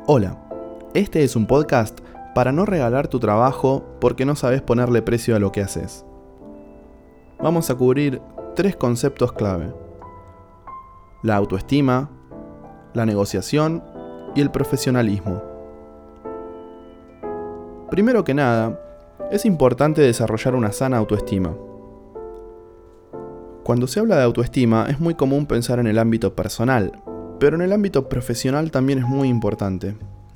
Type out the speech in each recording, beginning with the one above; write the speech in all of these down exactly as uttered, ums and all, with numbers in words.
Hola, este es un podcast para no regalar tu trabajo porque no sabes ponerle precio a lo que haces. Vamos a cubrir tres conceptos clave: la autoestima, la negociación y el profesionalismo. Primero que nada, es importante desarrollar una sana autoestima. Cuando se habla de autoestima es muy común pensar en el ámbito personal, pero en el ámbito profesional también es muy importante.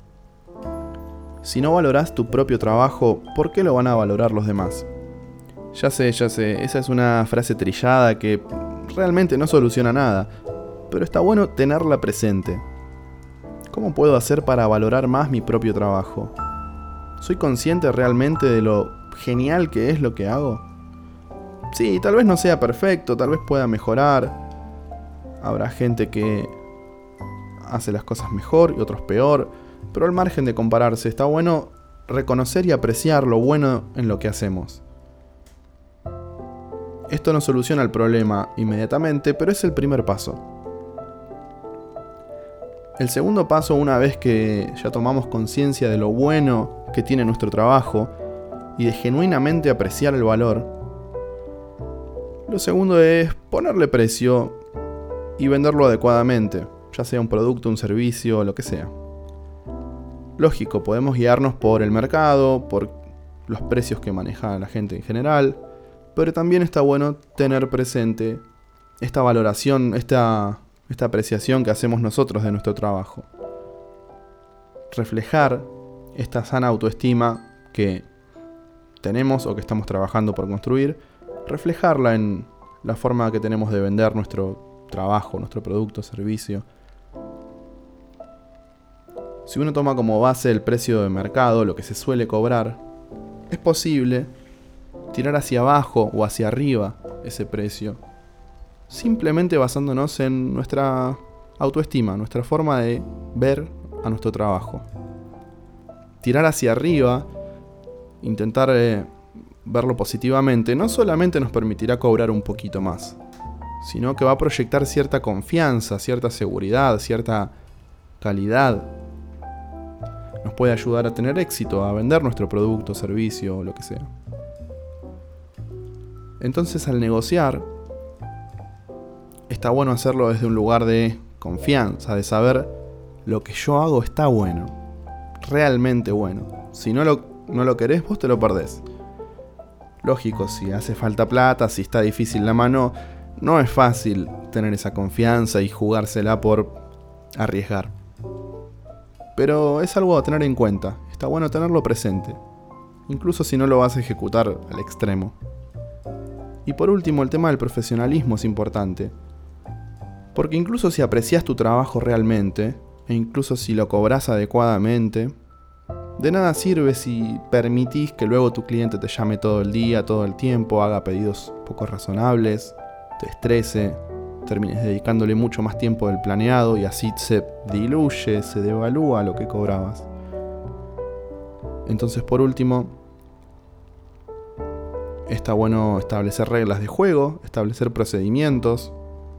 Si no valorás tu propio trabajo, ¿por qué lo van a valorar los demás? Ya sé, ya sé, esa es una frase trillada que realmente no soluciona nada, pero está bueno tenerla presente. ¿Cómo puedo hacer para valorar más mi propio trabajo? ¿Soy consciente realmente de lo genial que es lo que hago? Sí, tal vez no sea perfecto, tal vez pueda mejorar. Habrá gente que hace las cosas mejor y otros peor, pero al margen de compararse, está bueno reconocer y apreciar lo bueno en lo que hacemos. Esto no soluciona el problema inmediatamente, pero es el primer paso. El segundo paso, una vez que ya tomamos conciencia de lo bueno que tiene nuestro trabajo y de genuinamente apreciar el valor, lo segundo es ponerle precio y venderlo adecuadamente, ya sea un producto, un servicio, lo que sea. Lógico, podemos guiarnos por el mercado, por los precios que maneja la gente en general, pero también está bueno tener presente esta valoración, esta, esta apreciación que hacemos nosotros de nuestro trabajo. Reflejar esta sana autoestima que tenemos o que estamos trabajando por construir, reflejarla en la forma que tenemos de vender nuestro trabajo, nuestro producto, servicio. Si uno toma como base el precio de mercado, lo que se suele cobrar, es posible tirar hacia abajo o hacia arriba ese precio, simplemente basándonos en nuestra autoestima, nuestra forma de ver a nuestro trabajo. Tirar hacia arriba, intentar eh, verlo positivamente, no solamente nos permitirá cobrar un poquito más, sino que va a proyectar cierta confianza, cierta seguridad, cierta calidad. Nos puede ayudar a tener éxito, a vender nuestro producto, servicio o lo que sea. Entonces, al negociar, está bueno hacerlo desde un lugar de confianza, de saber lo que yo hago está bueno, realmente bueno. Si no lo, no lo querés, vos te lo perdés. Lógico, si hace falta plata, si está difícil la mano, no es fácil tener esa confianza y jugársela por arriesgar. Pero es algo a tener en cuenta, está bueno tenerlo presente, incluso si no lo vas a ejecutar al extremo. Y por último, el tema del profesionalismo es importante, porque incluso si aprecias tu trabajo realmente, e incluso si lo cobras adecuadamente, de nada sirve si permitís que luego tu cliente te llame todo el día, todo el tiempo, haga pedidos poco razonables, te estrese, termines dedicándole mucho más tiempo del planeado y así se diluye, se devalúa lo que cobrabas. Entonces, por último, está bueno establecer reglas de juego, establecer procedimientos,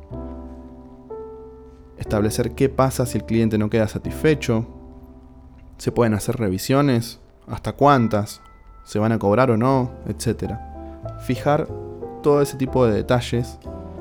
establecer qué pasa si el cliente no queda satisfecho. Se pueden hacer revisiones, hasta cuántas, se van a cobrar o no, etcétera. Fijar todo ese tipo de detalles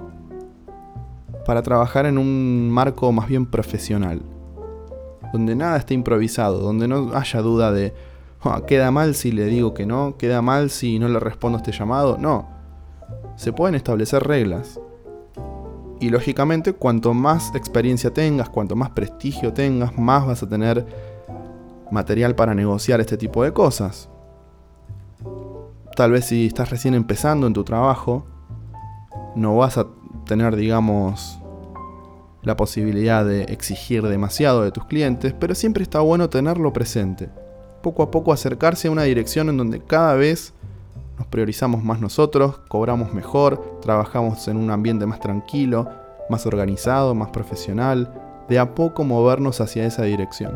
para trabajar en un marco más bien profesional, donde nada esté improvisado, donde no haya duda de oh, ¿queda mal si le digo que no? ¿Queda mal si no le respondo a este llamado? No, se pueden establecer reglas. Y lógicamente, cuanto más experiencia tengas, cuanto más prestigio tengas, más vas a tener material para negociar este tipo de cosas. Tal vez si estás recién empezando en tu trabajo, no vas a tener, digamos, la posibilidad de exigir demasiado de tus clientes, pero siempre está bueno tenerlo presente. Poco a poco acercarse a una dirección en donde cada vez nos priorizamos más nosotros, cobramos mejor, trabajamos en un ambiente más tranquilo, más organizado, más profesional, de a poco movernos hacia esa dirección.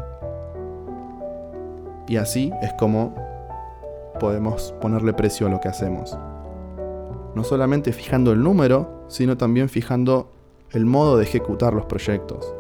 Y así es como podemos ponerle precio a lo que hacemos. No solamente fijando el número, sino también fijando el modo de ejecutar los proyectos.